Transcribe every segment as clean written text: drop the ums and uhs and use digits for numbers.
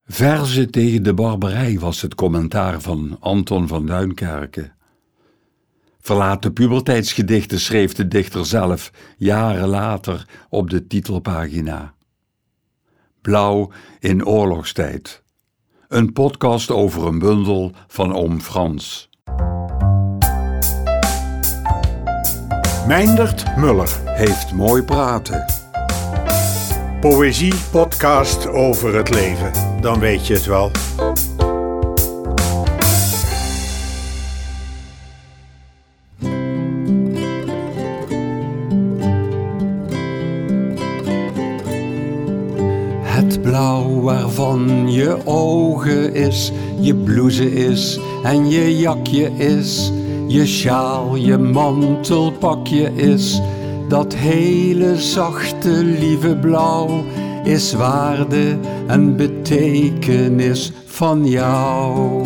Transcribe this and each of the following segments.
Verzen tegen de barbarij was het commentaar van Anton van Duinkerke. Verlaten puberteitsgedichten schreef de dichter zelf jaren later op de titelpagina. Blauw in oorlogstijd. Een podcast over een bundel van oom Frans. Meindert Muller Heeft mooi praten. Poëzie-podcast over het leven. Dan weet je het wel. Het blauw waarvan je ogen is, je blouse is en je jakje is, je sjaal, je mantelpakje is, dat hele zachte lieve blauw is waarde en betekenis van jou.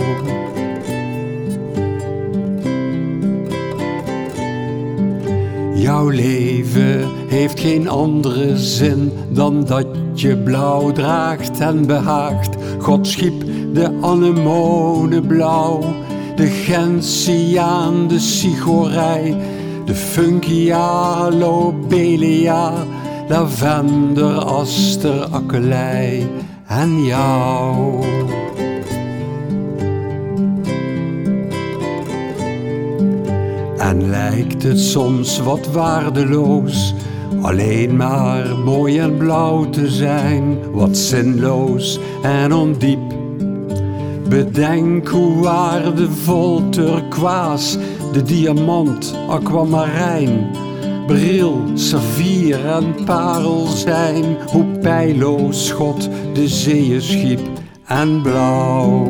Jouw leven heeft geen andere zin dan dat je blauw draagt en behaagt. God schiep de anemone blauw, de gentiaan, de sigorij, de funkia, lobelia, lavender, aster, akkelei en jou. En lijkt het soms wat waardeloos, alleen maar mooi en blauw te zijn, wat zinloos en ondiep. Bedenk hoe waardevol turkoois, de diamant, aquamarijn, beryl, saffier en parel zijn, hoe peilloos God de zeeën schiep en blauw.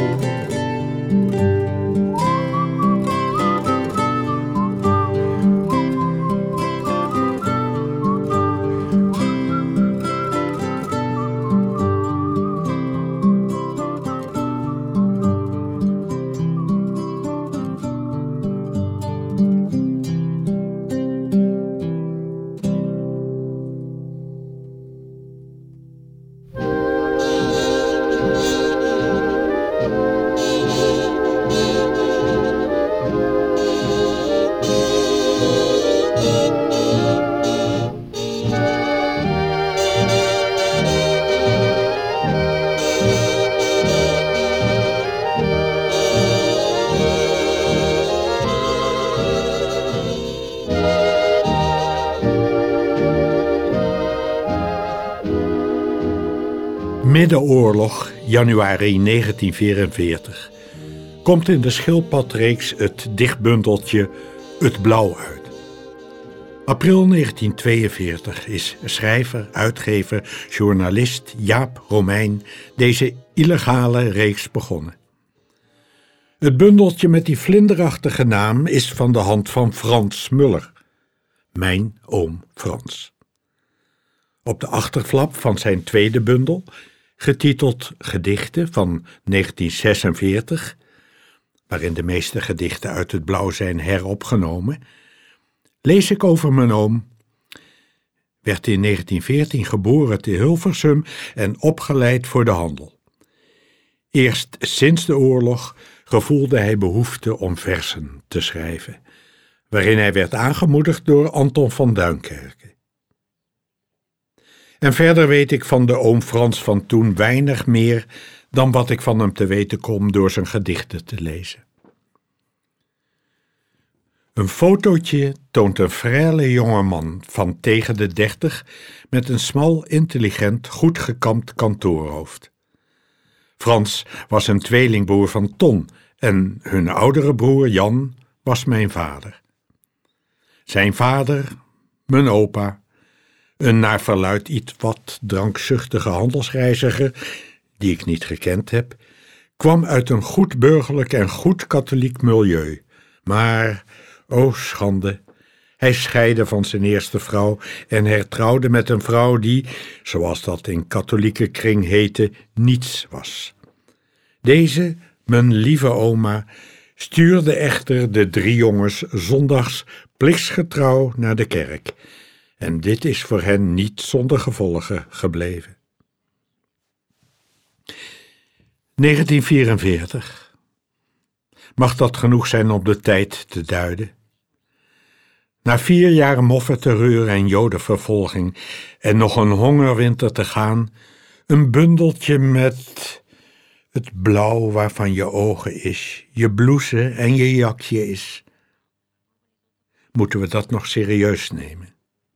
Middenoorlog, januari 1944, komt in de Schildpadreeks het dichtbundeltje Het Blauw uit. April 1942 is schrijver, uitgever, journalist Jaap Romein deze illegale reeks begonnen. Het bundeltje met die vlinderachtige naam is van de hand van Frans Muller, mijn oom Frans. Op de achterflap van zijn tweede bundel, getiteld Gedichten van 1946, waarin de meeste gedichten uit het blauw zijn heropgenomen, lees ik over mijn oom. Werd in 1914 geboren te Hilversum en opgeleid voor de handel. Eerst sinds de oorlog gevoelde hij behoefte om verzen te schrijven, waarin hij werd aangemoedigd door Anton van Duinkerke. En verder weet ik van de oom Frans van toen weinig meer dan wat ik van hem te weten kom door zijn gedichten te lezen. Een fotootje toont een frêle jongeman van tegen de 30 met een smal, intelligent, goed gekamd kantoorhoofd. Frans was een tweelingbroer van Ton en hun oudere broer Jan was mijn vader. Zijn vader, mijn opa, een naar verluidt iets wat drankzuchtige handelsreiziger, die ik niet gekend heb, kwam uit een goed burgerlijk en goed katholiek milieu. Maar, o schande, hij scheidde van zijn eerste vrouw en hertrouwde met een vrouw die, zoals dat in katholieke kring heette, niets was. Deze, mijn lieve oma, stuurde echter de 3 jongens zondags plichtsgetrouw naar de kerk. En dit is voor hen niet zonder gevolgen gebleven. 1944. Mag dat genoeg zijn om de tijd te duiden? Na 4 jaar moffenterreur en jodenvervolging en nog een hongerwinter te gaan, een bundeltje met het blauw waarvan je ogen is, je blouse en je jakje is. Moeten we dat nog serieus nemen?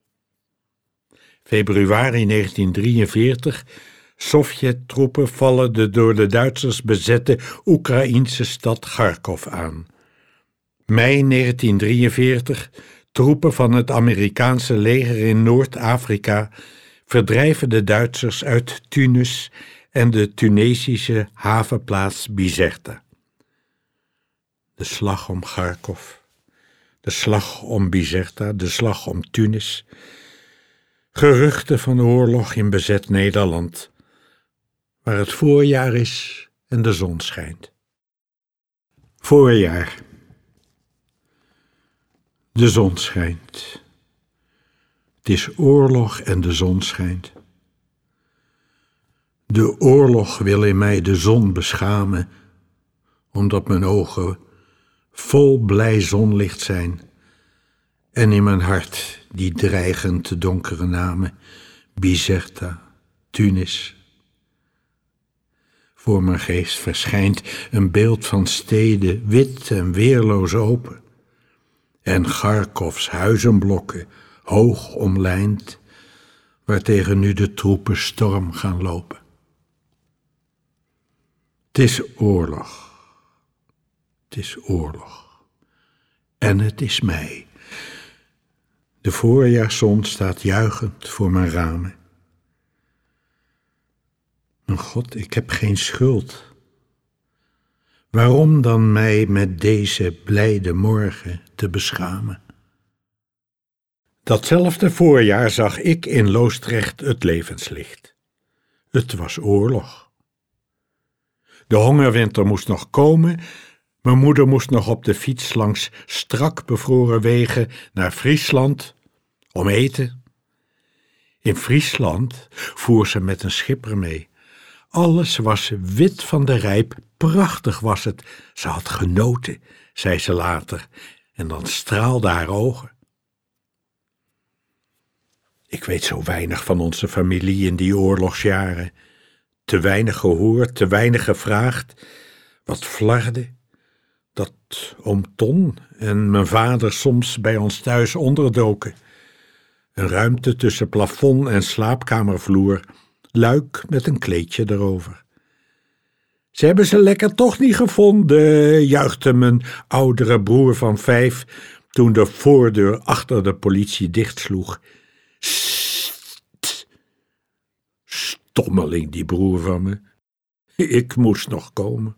Februari 1943, Sovjet-troepen vallen de door de Duitsers bezette Oekraïense stad Kharkov aan. Mei 1943, troepen van het Amerikaanse leger in Noord-Afrika verdrijven de Duitsers uit Tunis en de Tunesische havenplaats Bizerta. De slag om Kharkov, de slag om Bizerta, de slag om Tunis. Geruchten van oorlog in bezet Nederland, waar het voorjaar is en de zon schijnt. Voorjaar. De zon schijnt. Het is oorlog en de zon schijnt. De oorlog wil in mij de zon beschamen, omdat mijn ogen vol blij zonlicht zijn en in mijn hart die dreigend donkere namen, Bizerta, Tunis. Voor mijn geest verschijnt een beeld van steden, wit en weerloos open, en Kharkovs huizenblokken, hoog omlijnd, waartegen nu de troepen storm gaan lopen. Het is oorlog. Het is oorlog. En het is mei. De voorjaarszon staat juichend voor mijn ramen. Mijn God, ik heb geen schuld. Waarom dan mij met deze blijde morgen te beschamen? Datzelfde voorjaar zag ik in Loosdrecht het levenslicht. Het was oorlog. De hongerwinter moest nog komen. Mijn moeder moest nog op de fiets langs strak bevroren wegen naar Friesland om eten. In Friesland voer ze met een schipper mee. Alles was wit van de rijp, prachtig was het. Ze had genoten, zei ze later, en dan straalden haar ogen. Ik weet zo weinig van onze familie in die oorlogsjaren. Te weinig gehoord, te weinig gevraagd. Wat flarde, dat oom Ton en mijn vader soms bij ons thuis onderdoken. Een ruimte tussen plafond en slaapkamervloer, luik met een kleedje erover. Ze hebben ze lekker toch niet gevonden, juichte mijn oudere broer van 5 toen de voordeur achter de politie dichtsloeg. Sst, stommeling, die broer van me. Ik moest nog komen.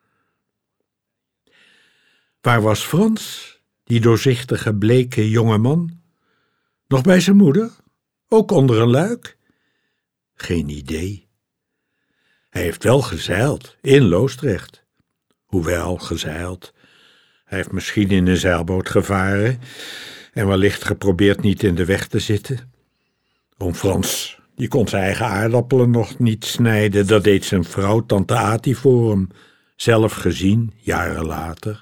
Waar was Frans, die doorzichtige, bleke jonge man? Nog bij zijn moeder? Ook onder een luik? Geen idee. Hij heeft wel gezeild, in Loosdrecht. Hoewel gezeild. Hij heeft misschien in een zeilboot gevaren en wellicht geprobeerd niet in de weg te zitten. Oom Frans, die kon zijn eigen aardappelen nog niet snijden. Dat deed zijn vrouw, tante Ati, voor hem. Zelf gezien, jaren later.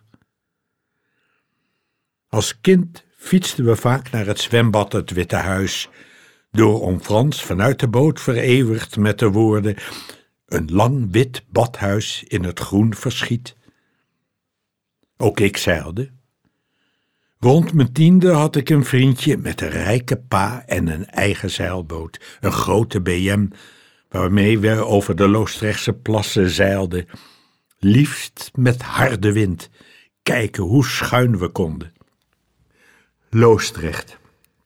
Als kind fietsten we vaak naar het zwembad het Witte Huis, door oom Frans vanuit de boot vereeuwigd met de woorden: een lang wit badhuis in het groen verschiet. Ook ik zeilde. Rond mijn 10e had ik een vriendje met een rijke pa en een eigen zeilboot, een grote BM, waarmee we over de Loosdrechtse plassen zeilden, liefst met harde wind, kijken hoe schuin we konden. Loosdrecht.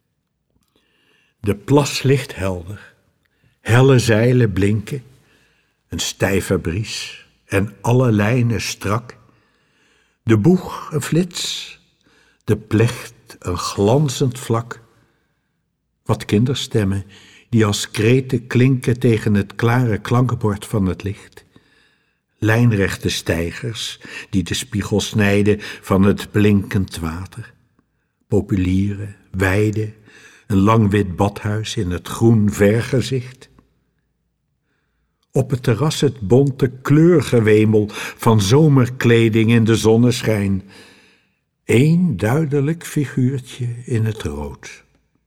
De plas ligt helder, helle zeilen blinken, een stijve bries en alle lijnen strak. De boeg een flits, de plecht een glanzend vlak. Wat kinderstemmen die als kreten klinken tegen het klare klankbord van het licht. Lijnrechte steigers die de spiegel snijden van het blinkend water. Populieren, weiden, een lang wit badhuis in het groen vergezicht. Op het terras het bonte kleurgewemel van zomerkleding in de zonneschijn. Eén duidelijk figuurtje in het rood.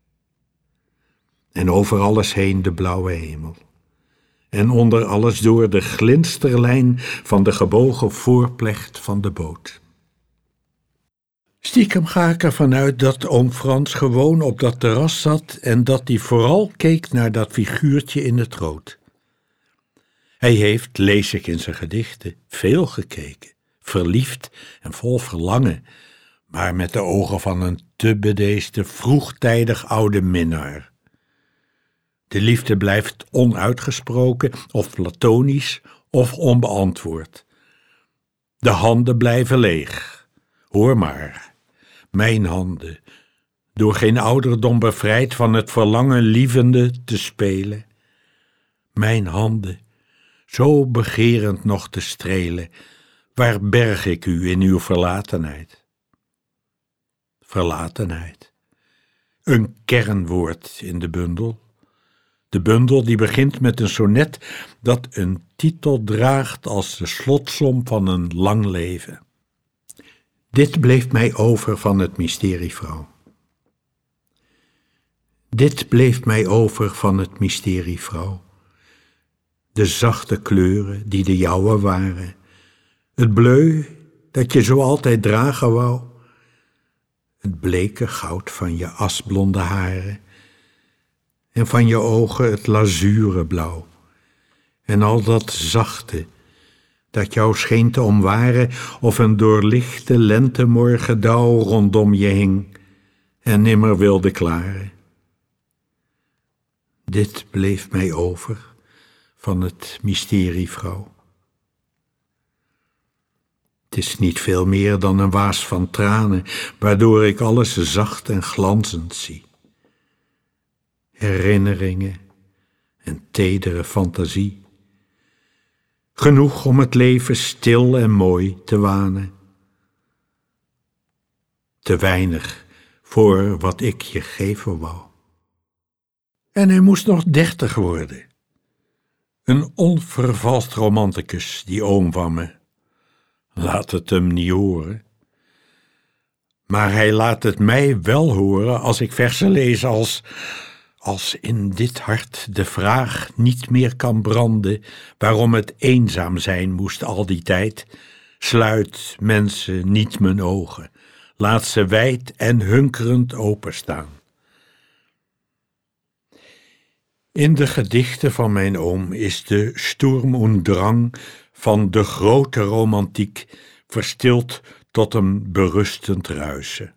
En over alles heen de blauwe hemel. En onder alles door de glinsterlijn van de gebogen voorplecht van de boot. Stiekem ga ik ervan uit dat oom Frans gewoon op dat terras zat en dat hij vooral keek naar dat figuurtje in het rood. Hij heeft, lees ik in zijn gedichten, veel gekeken, verliefd en vol verlangen, maar met de ogen van een te bedeesde, vroegtijdig oude minnaar. De liefde blijft onuitgesproken of platonisch of onbeantwoord. De handen blijven leeg. Hoor maar, mijn handen, door geen ouderdom bevrijd van het verlangen lievende te spelen. Mijn handen, zo begerend nog te strelen, waar berg ik u in uw verlatenheid? Verlatenheid, een kernwoord in de bundel. De bundel die begint met een sonnet dat een titel draagt als de slotsom van een lang leven. Dit bleef mij over van het mysterievrouw. Dit bleef mij over van het mysterievrouw. De zachte kleuren die de jouwe waren. Het bleu dat je zo altijd dragen wou. Het bleke goud van je asblonde haren. En van je ogen het lazurenblauw. En al dat zachte dat jou scheen te omwaren of een doorlichte lentemorgendauw rondom je hing en nimmer wilde klaren. Dit bleef mij over van het mysterievrouw. Het is niet veel meer dan een waas van tranen, waardoor ik alles zacht en glanzend zie. Herinneringen en tedere fantasie. Genoeg om het leven stil en mooi te wanen. Te weinig voor wat ik je geven wou. En hij moest nog 30 worden. Een onvervalst romanticus, die oom van me. Laat het hem niet horen. Maar hij laat het mij wel horen als ik versen lees als in dit hart de vraag niet meer kan branden waarom het eenzaam zijn moest al die tijd, sluit mensen niet mijn ogen, laat ze wijd en hunkerend openstaan. In de gedichten van mijn oom is de Sturm und Drang van de grote romantiek verstild tot een berustend ruisen.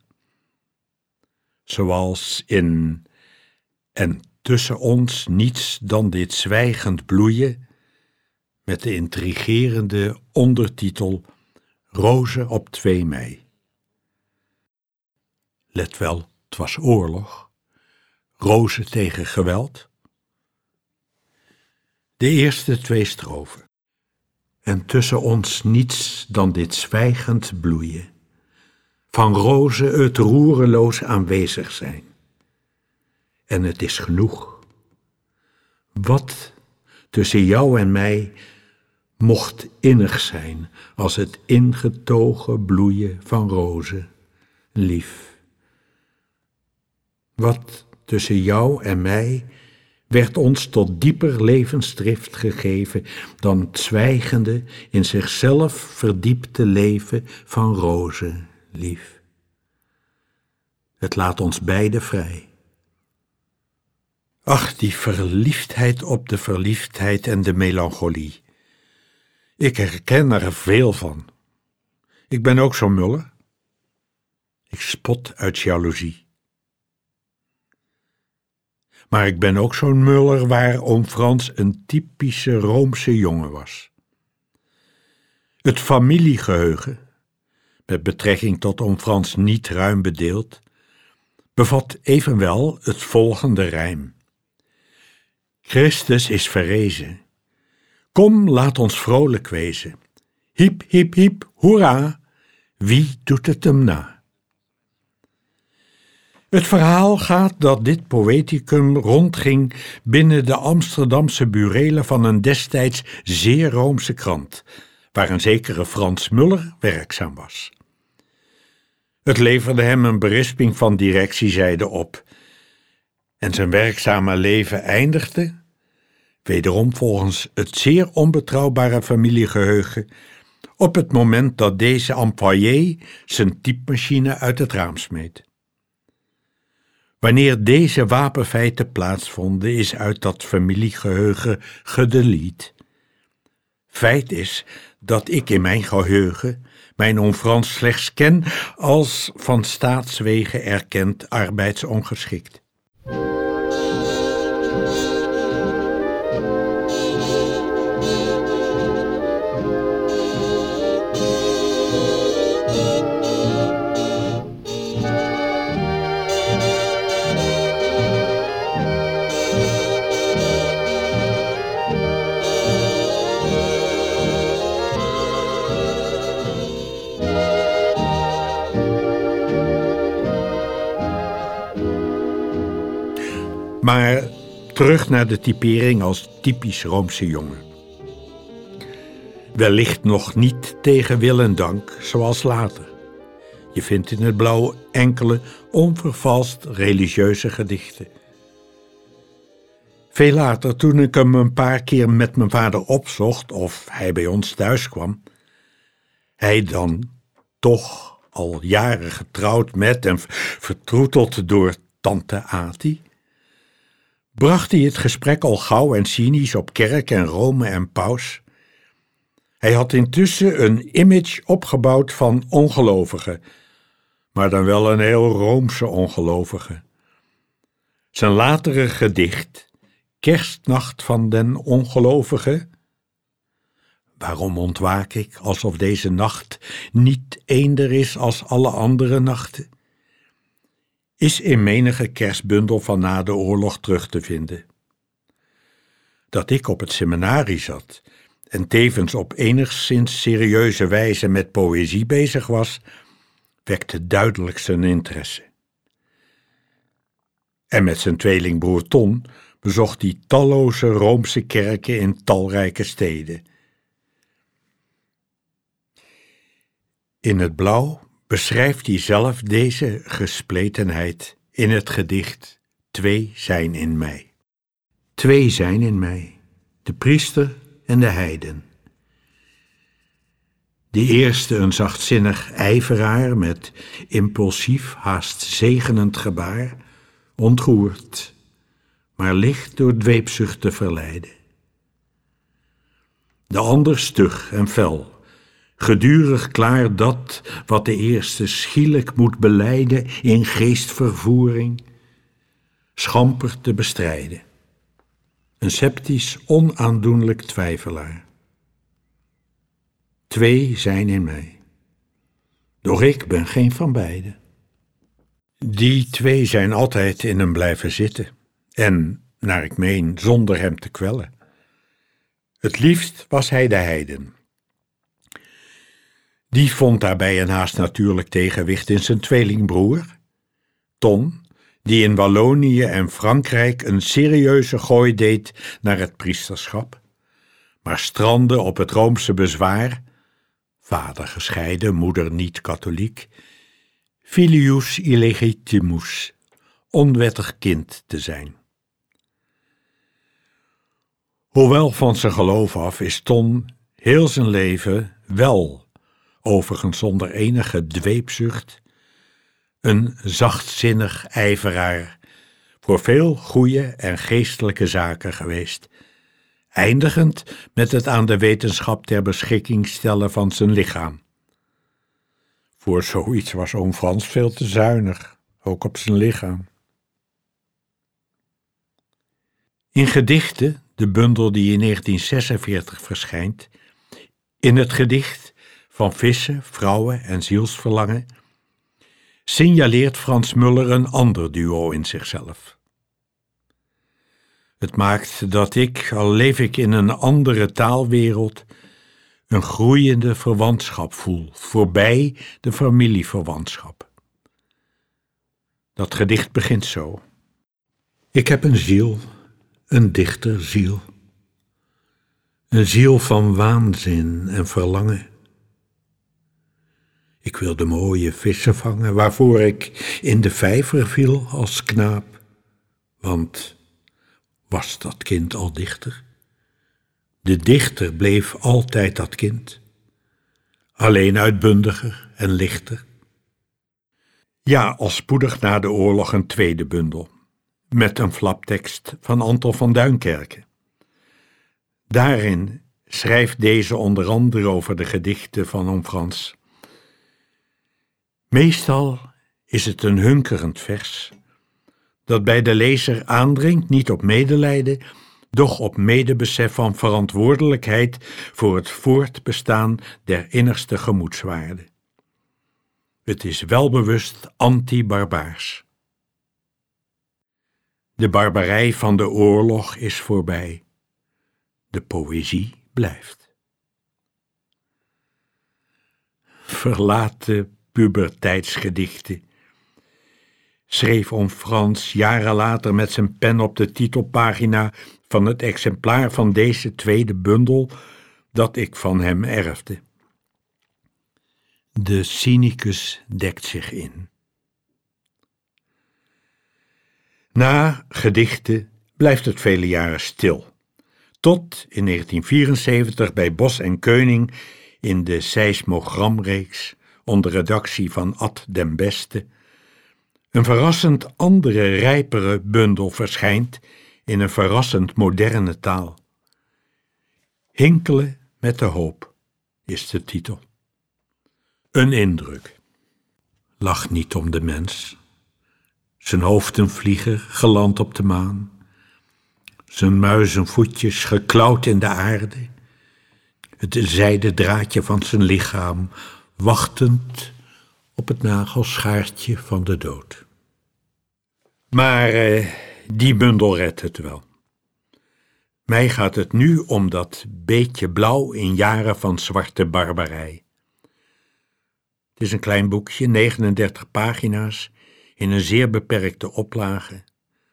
Zoals in En tussen ons niets dan dit zwijgend bloeien, met de intrigerende ondertitel Rozen op 2 mei. Let wel, 't was oorlog. Rozen tegen geweld. De eerste 2 strofen. En tussen ons niets dan dit zwijgend bloeien, van rozen het roereloos aanwezig zijn. En het is genoeg. Wat tussen jou en mij mocht innig zijn als het ingetogen bloeien van rozen, lief. Wat tussen jou en mij werd ons tot dieper levensdrift gegeven dan het zwijgende, in zichzelf verdiepte leven van rozen, lief. Het laat ons beiden vrij. Ach, die verliefdheid op de verliefdheid en de melancholie. Ik herken er veel van. Ik ben ook zo'n muller. Ik spot uit jaloezie. Maar ik ben ook zo'n muller waar oom Frans een typische Roomse jongen was. Het familiegeheugen, met betrekking tot oom Frans niet ruim bedeeld, bevat evenwel het volgende rijm. Christus is verrezen. Kom, laat ons vrolijk wezen. Hiep, hiep, hiep, hoera, wie doet het hem na? Het verhaal gaat dat dit poëticum rondging binnen de Amsterdamse burelen van een destijds zeer roomse krant, waar een zekere Frans Muller werkzaam was. Het leverde hem een berisping van directiezijde op en zijn werkzame leven eindigde, wederom volgens het zeer onbetrouwbare familiegeheugen, op het moment dat deze employé zijn typemachine uit het raam smeet. Wanneer deze wapenfeiten plaatsvonden, is uit dat familiegeheugen gedelete. Feit is dat ik in mijn geheugen mijn oom Frans slechts ken als van staatswege erkend arbeidsongeschikt. Maar terug naar de typering als typisch Roomse jongen. Wellicht nog niet tegen wil en dank, zoals later. Je vindt in het blauw enkele onvervalst religieuze gedichten. Veel later, toen ik hem een paar keer met mijn vader opzocht of hij bij ons thuis kwam, hij dan toch al jaren getrouwd met en vertroeteld door tante Ati, bracht hij het gesprek al gauw en cynisch op kerk en Rome en paus. Hij had intussen een image opgebouwd van ongelovige, maar dan wel een heel Roomse ongelovige. Zijn latere gedicht, Kerstnacht van den Ongelovige. Waarom ontwaak ik alsof deze nacht niet eender is als alle andere nachten? Is in menige kerstbundel van na de oorlog terug te vinden. Dat ik op het seminarie zat en tevens op enigszins serieuze wijze met poëzie bezig was, wekte duidelijk zijn interesse. En met zijn tweelingbroer Ton bezocht hij talloze Roomse kerken in talrijke steden. In het blauw beschrijft hij zelf deze gespletenheid in het gedicht Twee zijn in mij. Twee zijn in mij, de priester en de heiden. De eerste een zachtzinnig ijveraar met impulsief, haast zegenend gebaar, ontroerd, maar licht door dweepzucht te verleiden. De ander stug en fel, gedurig klaar dat wat de eerste schielijk moet belijden in geestvervoering, schamper te bestrijden. Een sceptisch, onaandoenlijk twijfelaar. Twee zijn in mij. Doch ik ben geen van beiden. Die twee zijn altijd in hem blijven zitten. En, naar ik meen, zonder hem te kwellen. Het liefst was hij de heiden. Die vond daarbij een haast natuurlijk tegenwicht in zijn tweelingbroer, Ton, die in Wallonië en Frankrijk een serieuze gooi deed naar het priesterschap, maar strandde op het Roomse bezwaar, vader gescheiden, moeder niet katholiek, filius illegitimus, onwettig kind te zijn. Hoewel van zijn geloof af is Ton heel zijn leven wel, overigens zonder enige dweepzucht, een zachtzinnig ijveraar voor veel goede en geestelijke zaken geweest, eindigend met het aan de wetenschap ter beschikking stellen van zijn lichaam. Voor zoiets was oom Frans veel te zuinig, ook op zijn lichaam. In Gedichten, de bundel die in 1946 verschijnt, in het gedicht Van Vissen, Vrouwen en Zielsverlangen, signaleert Frans Muller een ander duo in zichzelf. Het maakt dat ik, al leef ik in een andere taalwereld, een groeiende verwantschap voel, voorbij de familieverwantschap. Dat gedicht begint zo. Ik heb een ziel, een dichterziel. Een ziel van waanzin en verlangen. Ik wil de mooie vissen vangen, waarvoor ik in de vijver viel als knaap. Want was dat kind al dichter? De dichter bleef altijd dat kind. Alleen uitbundiger en lichter. Ja, al spoedig na de oorlog een tweede bundel. Met een flaptekst van Anton van Duinkerke. Daarin schrijft deze onder andere over de gedichten van Oom Frans. Meestal is het een hunkerend vers, dat bij de lezer aandringt niet op medelijden, doch op medebesef van verantwoordelijkheid voor het voortbestaan der innigste gemoedswaarde. Het is welbewust anti-barbaars. De barbarij van de oorlog is voorbij. De poëzie blijft. Verlaten puberteitsgedichten, schreef Oom Frans jaren later met zijn pen op de titelpagina van het exemplaar van deze tweede bundel dat ik van hem erfde. De cynicus dekt zich in. Na gedichten blijft het vele jaren stil. Tot in 1974 bij Bos en Keuning in de seismogramreeks onder redactie van Ad den Beste een verrassend andere, rijpere bundel verschijnt in een verrassend moderne taal. Hinkelen met de hoop is de titel. Een indruk. Lach niet om de mens. Zijn hoofd een vlieger, geland op de maan. Zijn muizenvoetjes geklauwd in de aarde. Het zijden draadje van zijn lichaam, wachtend op het nagelschaartje van de dood. Maar die bundel redt het wel. Mij gaat het nu om dat beetje blauw in jaren van zwarte barbarij. Het is een klein boekje, 39 pagina's, in een zeer beperkte oplage.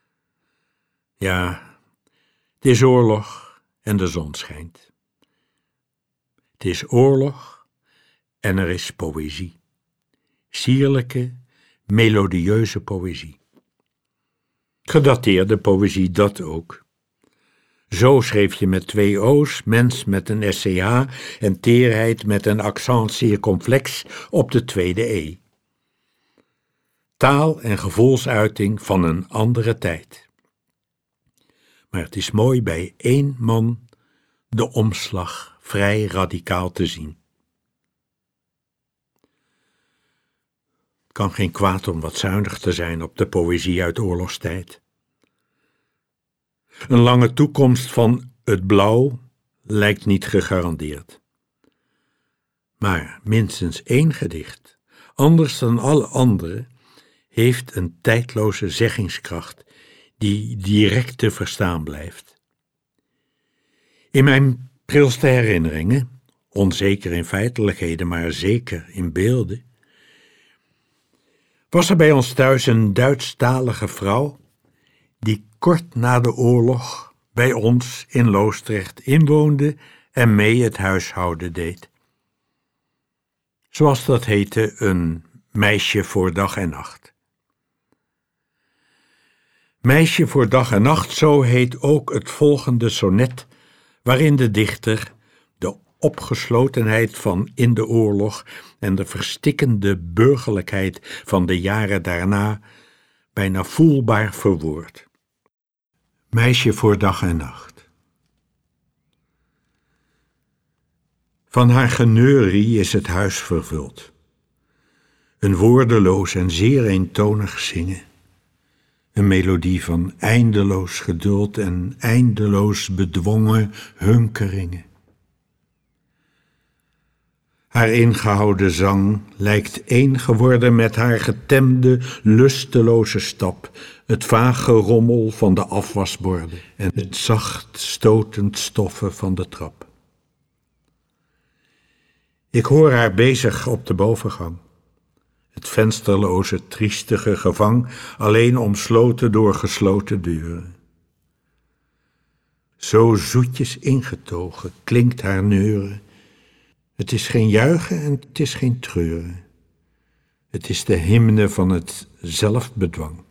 Ja, het is oorlog en de zon schijnt. Het is oorlog en er is poëzie. Sierlijke, melodieuze poëzie. Gedateerde poëzie, dat ook. Zo schreef je met 2 O's, mens met een SCH en teerheid met een accent circumflex op de tweede E. Taal en gevoelsuiting van een andere tijd. Maar het is mooi bij 1 man de omslag vrij radicaal te zien. Het kan geen kwaad om wat zuinig te zijn op de poëzie uit oorlogstijd. Een lange toekomst van het blauw lijkt niet gegarandeerd. Maar minstens 1 gedicht, anders dan alle andere, heeft een tijdloze zeggingskracht die direct te verstaan blijft. In mijn prilste herinneringen, onzeker in feitelijkheden, maar zeker in beelden, was er bij ons thuis een Duitstalige vrouw die kort na de oorlog bij ons in Loosdrecht inwoonde en mee het huishouden deed. Zoals dat heette, een meisje voor dag en nacht. Meisje voor dag en nacht, zo heet ook het volgende sonnet, waarin de dichter de opgeslotenheid van in de oorlog en de verstikkende burgerlijkheid van de jaren daarna bijna voelbaar verwoordt. Meisje voor dag en nacht. Van haar geneurie is het huis vervuld. Een woordeloos en zeer eentonig zingen. Een melodie van eindeloos geduld en eindeloos bedwongen hunkeringen. Haar ingehouden zang lijkt één geworden met haar getemde, lusteloze stap, het vaag gerommel van de afwasborden en het zacht stotend stoffen van de trap. Ik hoor haar bezig op de bovengang. Het vensterloze, triestige gevang, alleen omsloten door gesloten deuren. Zo zoetjes ingetogen klinkt haar neuren. Het is geen juichen en het is geen treuren. Het is de hymne van het zelfbedwang.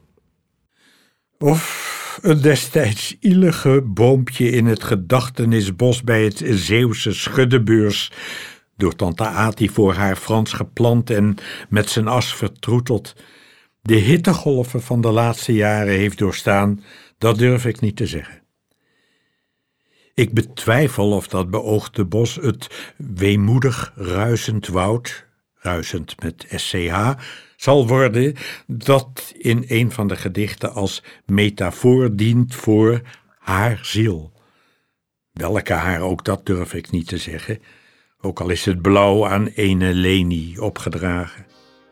Of een destijds ielige boompje in het gedachtenisbos bij het Zeeuwse Schuddebeurs, door tante Ati voor haar Frans geplant en met zijn as vertroeteld, de hittegolven van de laatste jaren heeft doorstaan, dat durf ik niet te zeggen. Ik betwijfel of dat beoogde bos het weemoedig ruisend woud, ruisend met SCH, zal worden, dat in een van de gedichten als metafoor dient voor haar ziel. Welke haar ook, dat durf ik niet te zeggen, ook al is het blauw aan ene Leni opgedragen.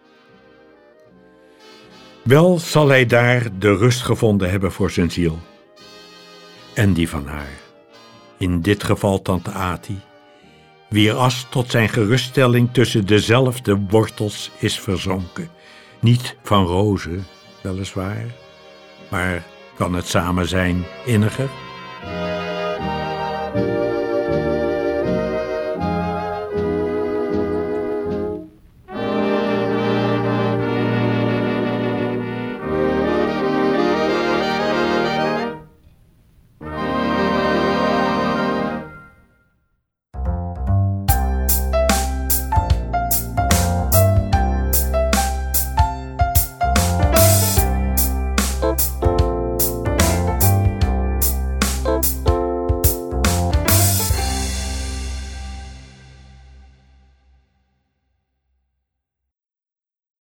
Wel zal hij daar de rust gevonden hebben voor zijn ziel. En die van haar. In dit geval tante Ati, wier as tot zijn geruststelling tussen dezelfde wortels is verzonken. Niet van rozen, weliswaar, maar kan het samen zijn inniger?